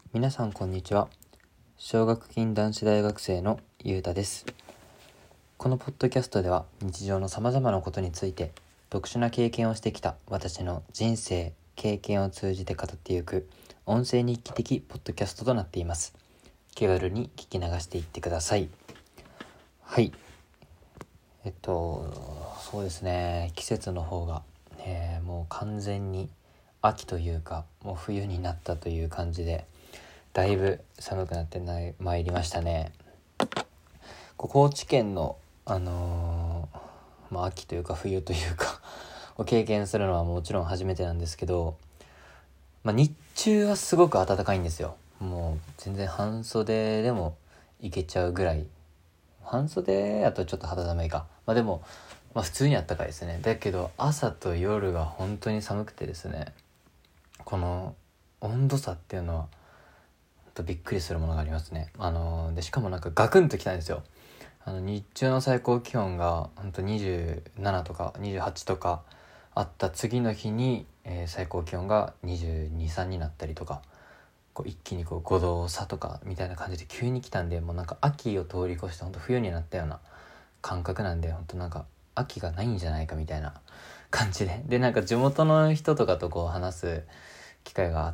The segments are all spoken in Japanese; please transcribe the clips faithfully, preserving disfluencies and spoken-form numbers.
皆さんこんにちは。奨学金男子大学生のゆうたです。このポッドキャストでは日常のさまざまなことについて特殊な経験をしてきた私の人生経験を通じて語っていく音声日記的ポッドキャストとなっています。気軽に聞き流していってください。はいえっとそうですね季節の方が、えー、もう完全に秋というかもう冬になったという感じでだいぶ寒くなってない参りましたね。高知県のあのー、まあ秋というか冬というかを経験するのはもちろん初めてなんですけど、まあ、日中はすごく暖かいんですよ。もう全然半袖でもいけちゃうぐらい。半袖やとちょっと肌寒いか。まあでも、まあ、普通に暖かいですね。だけど朝と夜が本当に寒くてですね、この温度差っていうのはびっくりするものがありますね。あのー、でしかもなんかガクンときたんですよ。あの日中の最高気温がほんとにじゅうななとかにじゅうはちとかあった次の日に、えー、最高気温がにじゅうに、さんになったりとか、こう一気にこうごど差とかみたいな感じで急に来たんで、もうなんか秋を通り越してほんと冬になったような感覚なんで、ほんとなんか秋がないんじゃないかみたいな感じで、でなんか地元の人とかとこう話す機会があって、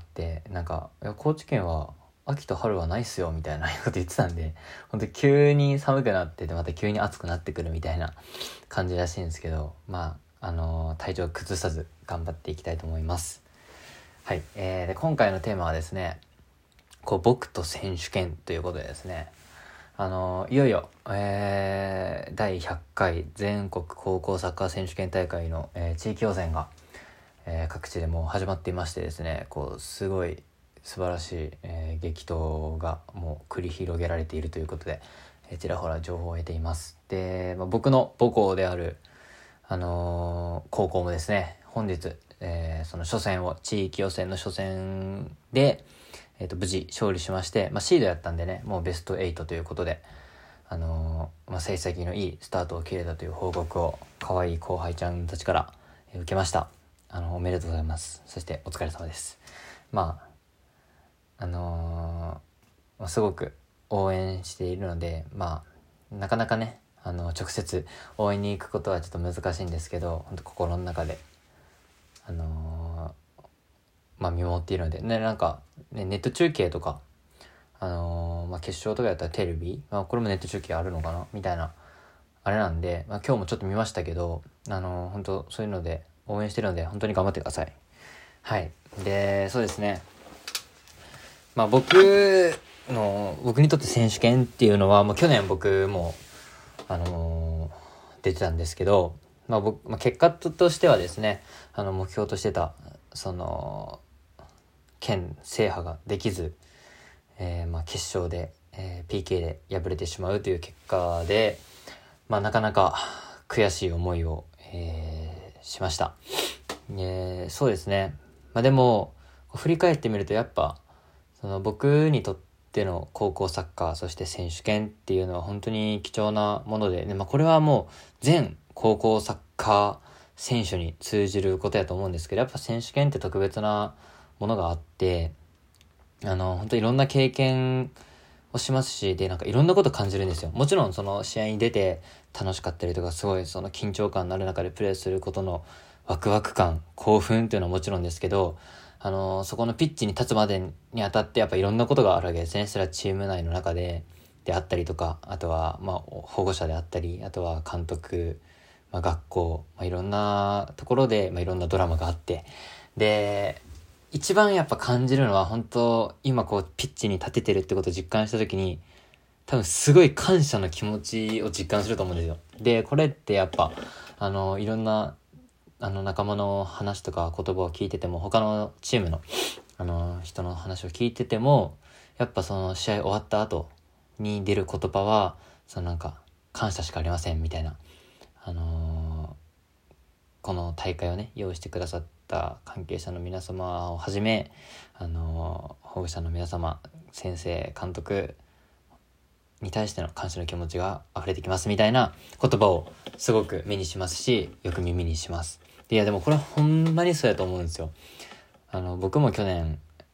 なんかいや高知県は秋と春はないっすよみたいなこと言ってたんで、本当に急に寒くなっててまた急に暑くなってくるみたいな感じらしいんですけど、まああのー、体調崩さず頑張っていきたいと思います。はい、えー、で今回のテーマはですね、こう僕と選手権ということでですね、あのー、いよいよ、えー、だいひゃっかい全国高校サッカー選手権大会の、えー、地域予選が、えー、各地でもう始まっていましてですね、こうすごい素晴らしい、えー、激闘がもう繰り広げられているということで、えー、ちらほら情報を得ています。で、まあ、僕の母校である、あのー、高校もですね、本日、えー、その初戦を地域予選の初戦で、えー、と無事勝利しまして、まあ、シードやったんでね、もうベストはちということで、あのーまあ、成績のいいスタートを切れたという報告を可愛い後輩ちゃんたちから、えー、受けました。あのおめでとうございます。そしてお疲れ様です。まああのー、すごく応援しているので、まあなかなかね、あの直接応援に行くことはちょっと難しいんですけど、本当心の中であのー、まあ見守っているのでね、なんか、ね、ネット中継とか、あのー、まあ決勝とかやったらテレビ、まあこれもネット中継あるのかなみたいなあれなんで、まあ今日もちょっと見ましたけど、あのー、本当そういうので応援してるので本当に頑張ってください。はい。で、そうですね。まあ僕の、僕にとって選手権っていうのは、まあ去年僕も、あのー、出てたんですけど、まあ僕、まあ結果としてはですね、あの目標としてた、その、県制覇ができず、えー、まあ決勝で、えー、ピーケー で敗れてしまうという結果で、まあなかなか悔しい思いを、えー、しました。えー、そうですね。まあでも、振り返ってみるとやっぱ、その僕にとっての高校サッカー、そして選手権っていうのは本当に貴重なもので、ね、まあこれはもう全高校サッカー選手に通じることやと思うんですけど、やっぱ選手権って特別なものがあって、あの、本当いろんな経験をしますし、で、なんかいろんなこと感じるんですよ。もちろんその試合に出て楽しかったりとか、すごいその緊張感のある中でプレーすることのワクワク感、興奮っていうのはもちろんですけど、あの、そこのピッチに立つまでにあたってやっぱいろんなことがあるわけですね。それはチーム内の中で、であったりとか、あとはまあ保護者であったり、あとは監督、まあ、学校、まあ、いろんなところで、まあ、いろんなドラマがあって、で、一番やっぱ感じるのは本当今こうピッチに立ててるってことを実感した時に、多分すごい感謝の気持ちを実感すると思うんですよ。で、これってやっぱあのいろんなあの仲間の話とか言葉を聞いてても、他のチームのあの人の話を聞いてても、やっぱその試合終わった後に出る言葉はそのなんか感謝しかありませんみたいな、あのー、この大会をね用意してくださった関係者の皆様をはじめ、あのー、保護者の皆様、先生、監督に対しての感謝の気持ちが溢れてきますみたいな言葉をすごく目にしますし、よく耳にします。で、いやでもこれはほんまにそうやと思うんですよ。あの僕も去年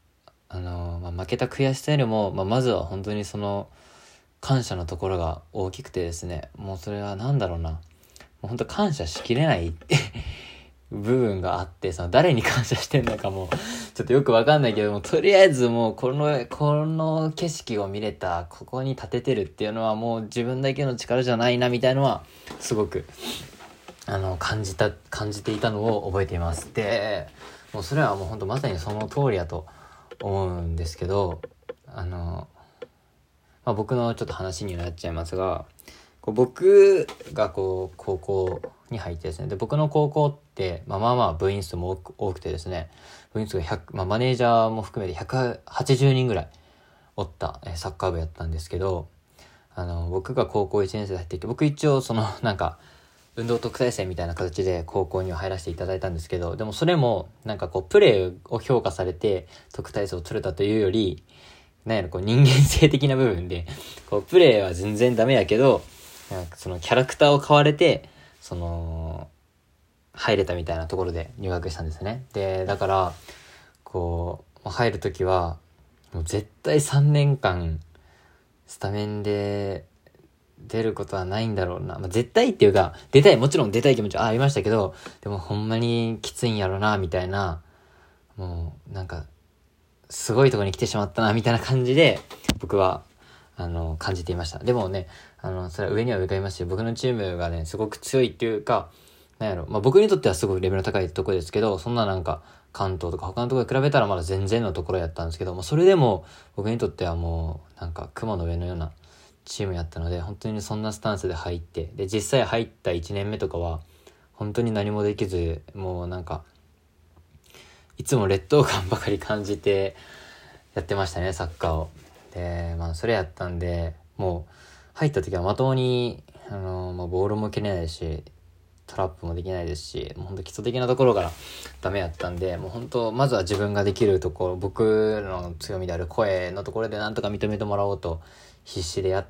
あの、まあ、負けた悔しさよりも、まあ、まずは本当にその感謝のところが大きくてですね、もうそれはなんだろうな、もう本当感謝しきれない部分があって、その誰に感謝してんのかもちょっとよくわかんないけども、とりあえずもうこのこの景色を見れた、ここに立ててるっていうのはもう自分だけの力じゃないなみたいのはすごくあの感じた感じていたのを覚えています。でもうそれはもう本当まさにその通りやと思うんですけど、あの、まあ、僕のちょっと話になっちゃいますが、こう僕がこう高校に入ってですね、で僕の高校って、まあ、まあまあ部員数も多く、多くてですね、部員数がひゃく、まあ、マネージャーも含めてひゃくはちじゅうにんぐらいおったえサッカー部やったんですけど、あの僕が高校いちねん生で入っていて、僕一応そのなんか運動特待生みたいな形で高校には入らせていただいたんですけど、でもそれもなんかこうプレーを評価されて特待生を取れたというより、なんやろ、こう人間性的な部分で、こうプレーは全然ダメやけど、なんかそのキャラクターを買われて、その入れたみたいなところで入学したんですね。でだからこう入るときはもう絶対さんねんかんスタメンで出ることはないんだろうな、まあ、絶対っていうか出たい、もちろん出たい気持ちはありましたけど、でもほんまにきついんやろなみたいな、もうなんかすごいところに来てしまったなみたいな感じで僕はあの感じていました。でもね、あのそれは上には上がいますし、僕のチームがねすごく強いっていうか、なんやろ、まあ、僕にとってはすごいレベルの高いところですけど、そんななんか関東とか他のところに比べたらまだ全然のところやったんですけど、まあ、それでも僕にとってはもうなんか雲の上のようなチームやったので、本当にそんなスタンスで入って、で実際入ったいちねんめとかは本当に何もできず、もうなんかいつも劣等感ばかり感じてやってましたね、サッカーを。でまあそれやったんで、もう入った時はまともにあの、まあ、ボールも蹴れないしトラップもできないですし、もうほんと基礎的なところからダメやったんで、もう本当まずは自分ができるところ、僕の強みである声のところでなんとか認めてもらおうと必死でやって、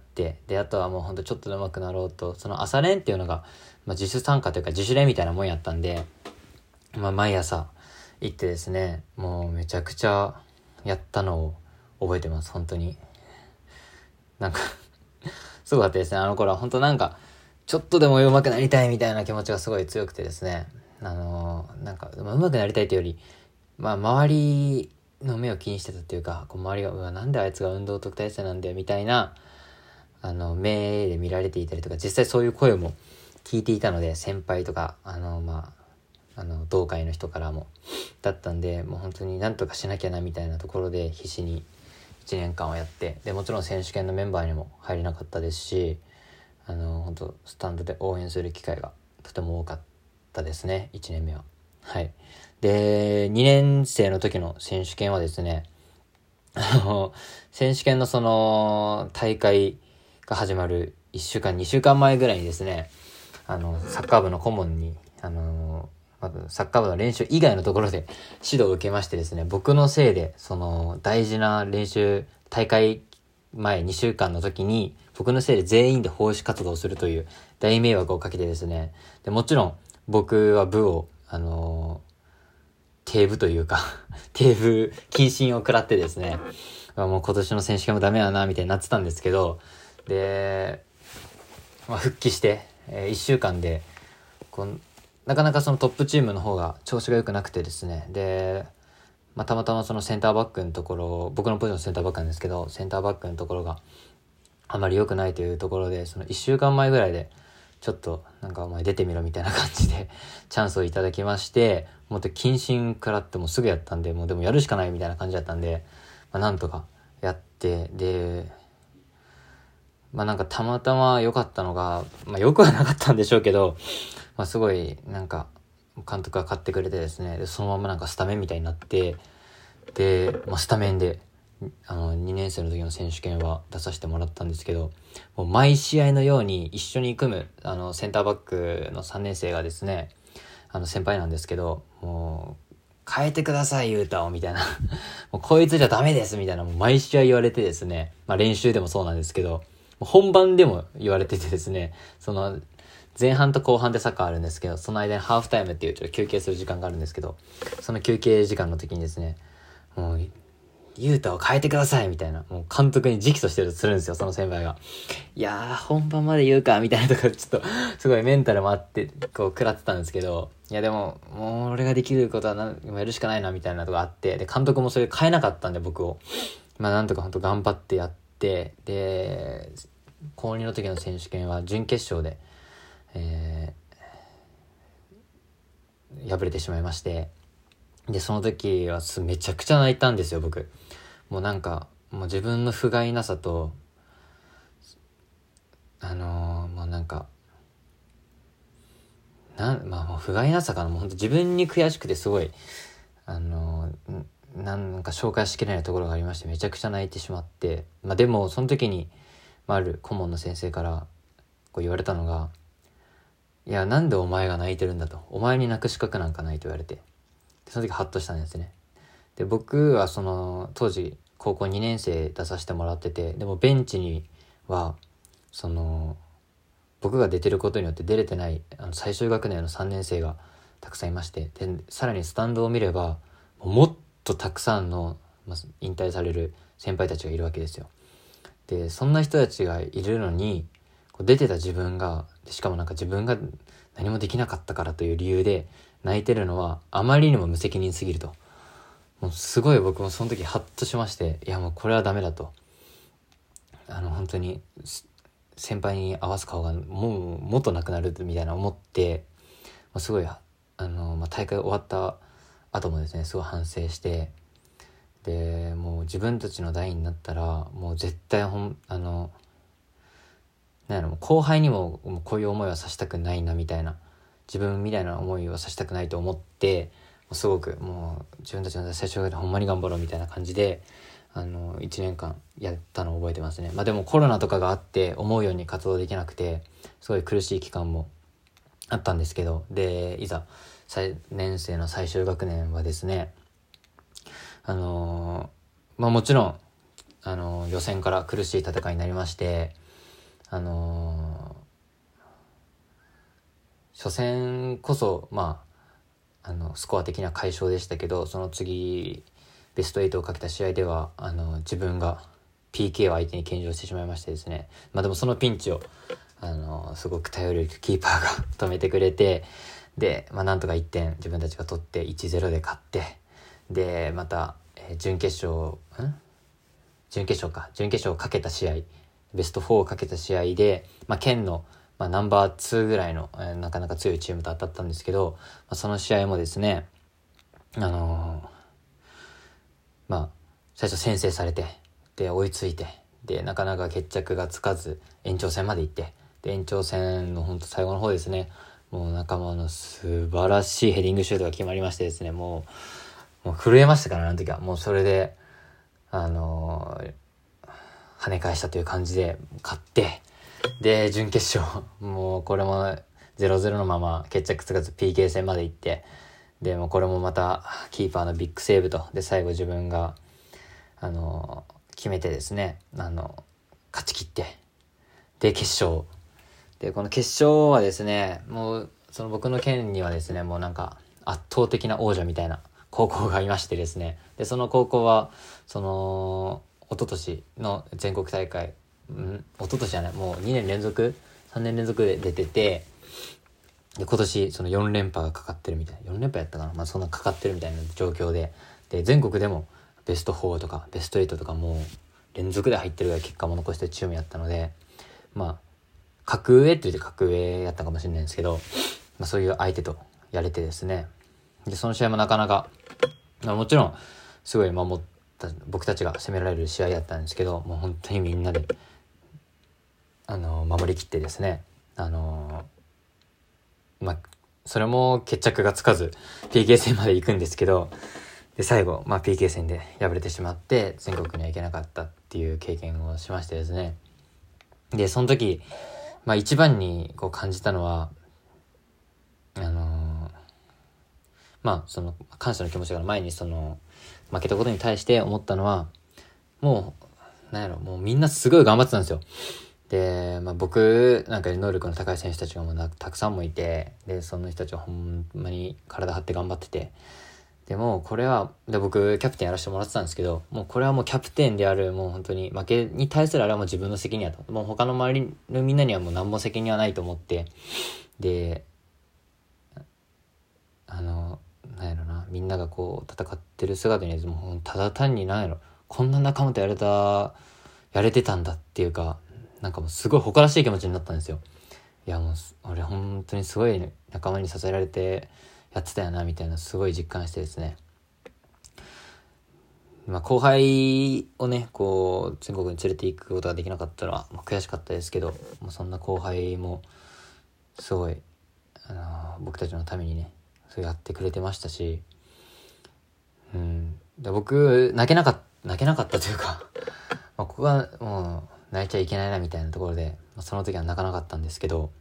であとはもうほんとちょっとで上手くなろうと、その朝練っていうのが、まあ、自主参加というか自主練みたいなもんやったんで、まあ、毎朝行ってですね、もうめちゃくちゃやったのを覚えてます。本当になんかすごかったですね、あの頃は。本当なんかちょっとでも上手くなりたいみたいな気持ちがすごい強くてですね、あのー、なんか上手くなりたいというより、まあ周りの目を気にしてたっていうか、こう周りがうわなんであいつが運動特待生なんだよみたいなあの目で見られていたりとか、実際そういう声も聞いていたので、先輩とかあのまああの同会の人からもだったんで、もう本当になんとかしなきゃなみたいなところで必死にいちねんかんをやって、でもちろん選手権のメンバーにも入れなかったですし、あの本当スタンドで応援する機会がとても多かったですね、いちねんめは。はい。でにねん生の時の選手権はですね、あの選手権のその大会が始まるいっしゅうかんにしゅうかんまえぐらいにですね、あのサッカー部の顧問にあのまずサッカー部の練習以外のところで指導を受けましてですね、僕のせいでその大事な練習大会前にしゅうかんの時に僕のせいで全員で奉仕活動をするという大迷惑をかけてですね、でもちろん僕は部をあのー、停部というか停部謹慎を食らってですね、もう今年の選手権もダメだなみたいになってたんですけど、で、まあ、復帰して、えー、いっしゅうかんでこうなかなかそのトップチームの方が調子が良くなくてですね、で、まあ、たまたまそのセンターバックのところ、僕のポジションセンターバックなんですけど、センターバックのところがあまり良くないというところで、そのいっしゅうかんまえぐらいでちょっとなんかお前出てみろみたいな感じでチャンスをいただきまして、もっと謹慎食らってもすぐやったんで、もうでもやるしかないみたいな感じだったんで、まあ、なんとかやって、でまあなんかたまたま良かったのが、まあ良くはなかったんでしょうけど、まあすごいなんか監督が買ってくれてですね、でそのままなんかスタメンみたいになって、で、まあ、スタメンであのにねん生の時の選手権は出させてもらったんですけど、もう毎試合のように一緒に組むあのセンターバックのさんねん生がですね、あの先輩なんですけど、もう変えてくださいユータをみたいなもうこいつじゃダメですみたいな、もう毎試合言われてですね、まあ練習でもそうなんですけど、本番でも言われててですね、その前半と後半でサッカーあるんですけど、その間にハーフタイムっていうちょっと休憩する時間があるんですけど、その休憩時間の時にですね、もうゆうたを変えてくださいみたいな、もう監督に直訴してるとするんですよ、その先輩が。いやー、本番まで言うかみたいなところ、ちょっと、すごいメンタルもあって、こう、食らってたんですけど、いやでも、もう俺ができることはな今やるしかないなみたいなとこあって、で、監督もそれ変えなかったんで、僕を。まあなんとか本当頑張ってやって、で、高にの時の選手権は準決勝で、えー、敗れてしまいまして、で、その時はめちゃくちゃ泣いたんですよ、僕。もうなんか、もう自分の不甲斐なさと、あのー、もうなんか、なん、まあもう不甲斐なさかな、もう本当自分に悔しくてすごい、あのー、なんか紹介しきれないところがありまして、めちゃくちゃ泣いてしまって、まあでも、その時に、まあ、ある顧問の先生から、こう言われたのが、いや、なんでお前が泣いてるんだと。お前に泣く資格なんかないと言われて。でその時ハッとしたんですね。で、僕はその、当時、高校にねん生出させてもらってて、でもベンチには、その、僕が出てることによって出れてない、あの最終学年のさんねん生がたくさんいまして、で、さらにスタンドを見れば、もっとたくさんの、まあ、引退される先輩たちがいるわけですよ。で、そんな人たちがいるのに、出てた自分が、しかもなんか自分が何もできなかったからという理由で泣いてるのはあまりにも無責任すぎると。もうすごい僕もその時ハッとしまして、いやもうこれはダメだと。あの本当に先輩に合わす顔がもうもっとなくなるみたいな思って、まあ、すごいあの、まあ、大会終わった後もですね、すごい反省して、でもう自分たちの代になったらもう絶対ほんあのなんやろ、後輩にもこういう思いはさせたくないなみたいな、自分みたいな思いはさせたくないと思って、すごくもう自分たちの最初からほんまに頑張ろうみたいな感じで、あのいちねんかんやったのを覚えてますね。まあでもコロナとかがあって思うように活動できなくて、すごい苦しい期間もあったんですけど、でいざ最年生の最終学年はですね、あのー、まあもちろんあのー、予選から苦しい戦いになりまして、あのー、初戦こそまああのスコア的な快勝でしたけど、その次ベストエイトをかけた試合ではあの自分が ピーケー を相手に献上してしまいましてですね、まあでもそのピンチをあのすごく頼りキーパーが止めてくれて、で、まあ、なんとかいってん自分たちが取って いちたいゼロ で勝って、でまた、えー、準決勝ん準決勝か準決勝をかけた試合、ベストフォーをかけた試合で、まあ、県の、まあ、ナンバーツーぐらいの、えー、なかなか強いチームと当たったんですけど、まあ、その試合もですね、あのー、まあ最初先制されて、で追いついて、でなかなか決着がつかず延長戦まで行って、で延長戦の本当最後の方ですね、もう仲間の素晴らしいヘディングシュートが決まりましてですね、もうもう震えましたからね、あの時は。もうそれであのー跳ね返したという感じで勝って、で準決勝もうこれも ゼロたいゼロ のまま決着つかず ピーケー 戦まで行って、でもこれもまたキーパーのビッグセーブと、で最後自分があの決めてですね、あの勝ち切って、で決勝で、この決勝はですね、もうその僕の県にはですね、もうなんか圧倒的な王者みたいな高校がいましてですね、でその高校はその一昨年の全国大会、ん一昨年じゃない、もうにねん連続さんねん連続で出てて、で今年そのよん連覇がかかってるみたいな、よん連覇やったかな、まあそんなかかってるみたいな状況で、で全国でもベストフォーとかベストエイトとかもう連続で入ってるぐらい結果も残してるチームやったので、まあ格上って言って格上やったかもしれないんですけど、まあ、そういう相手とやれてですね、でその試合もなかなか、まあ、もちろんすごい守った僕たちが攻められる試合だったんですけど、もう本当にみんなであの守りきってですね、あのまあそれも決着がつかず ピーケー 戦まで行くんですけど、で最後、まあ、ピーケー 戦で敗れてしまって全国には行けなかったっていう経験をしましてですね、でその時、まあ、一番にこう感じたのはあのー、まあその感謝の気持ちが前にその負けたことに対して思ったのは、もうなんやろ、もうみんなすごい頑張ってたんですよ。で、まあ、僕なんか能力の高い選手たちがもうたくさんもいて、でその人たちはほんまに体張って頑張ってて、 でもこれはで僕キャプテンやらせてもらってたんですけど、もうこれはもうキャプテンであるもう本当に負けに対するあれはもう自分の責任やと、もう他の周りのみんなにはもう何も責任はないと思って、であのなんやろな、みんながこう戦ってる姿にもうただ単になんやろ、こんな仲間とやれたやれてたんだっていうか、なんかもうすごい誇らしい気持ちになったんですよ。いやもう俺本当にすごい仲間に支えられてやってたよなみたいなすごい実感してですね、まあ、後輩をねこう全国に連れて行くことができなかったのは、まあ、悔しかったですけど、もうそんな後輩もすごい、あのー、僕たちのためにねそうやってくれてましたし、うんで僕泣けなかった泣けなかったというかまあここはもう泣いちゃいけないなみたいなところで、まあ、その時は泣かなかったんですけど、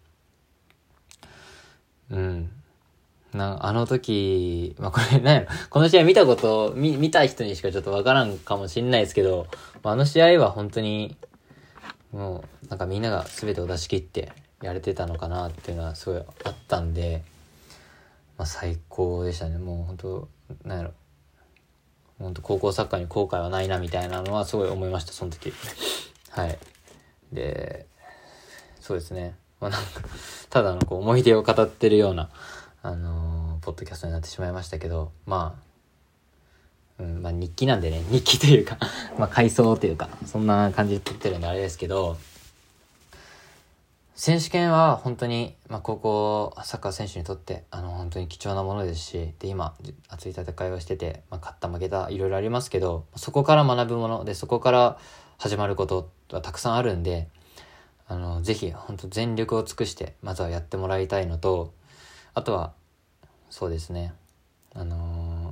うんなあの時、まあこれなんやろ、この試合見たこと見見た人にしかちょっとわからんかもしんないですけど、あの試合は本当にもうなんかみんなが全てを出し切ってやれてたのかなっていうのはすごいあったんで、まあ最高でしたね。もう本当なんやろ、本当高校サッカーに後悔はないなみたいなのはすごい思いましたその時。はい。で、そうですね。まあなんかただのこう思い出を語ってるような。あのー、ポッドキャストになってしまいましたけど、まあ、うん、まあ日記なんでね、日記というかまあ回想というか、そんな感じで撮ってるんであれですけど、選手権は本当に、まあ高校サッカー選手にとって、あの、本当に貴重なものですし、で、今、熱い戦いをしてて、まあ勝った負けた、いろいろありますけど、そこから学ぶもので、そこから始まることはたくさんあるんで、あの、ぜひ、本当全力を尽くして、まずはやってもらいたいのと、あとはそうですねあの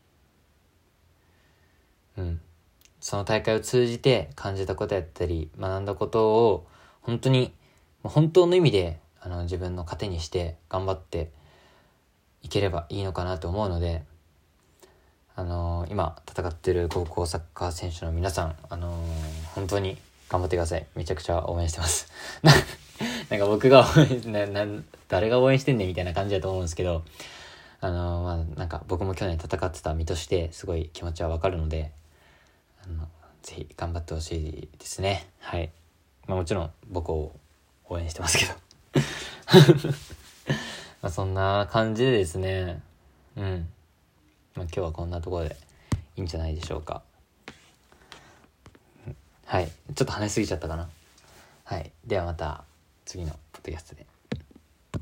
ー、うんその大会を通じて感じたことやったり学んだことを本当に本当の意味であの自分の糧にして頑張っていければいいのかなと思うので、あのー、今戦ってる高校サッカー選手の皆さん、あのー、本当に頑張ってください。めちゃくちゃ応援してますなんか僕が応援なな誰が応援してんねんみたいな感じだと思うんですけど、あのまあなんか僕も去年戦ってた身としてすごい気持ちはわかるので、あのぜひ頑張ってほしいですね。はい、まあ、もちろん僕を応援してますけどまあそんな感じでですね、うん、まあ、今日はこんなところでいいんじゃないでしょうか。はい、ちょっと話しすぎちゃったかな。はい、ではまた次のポッドキャストで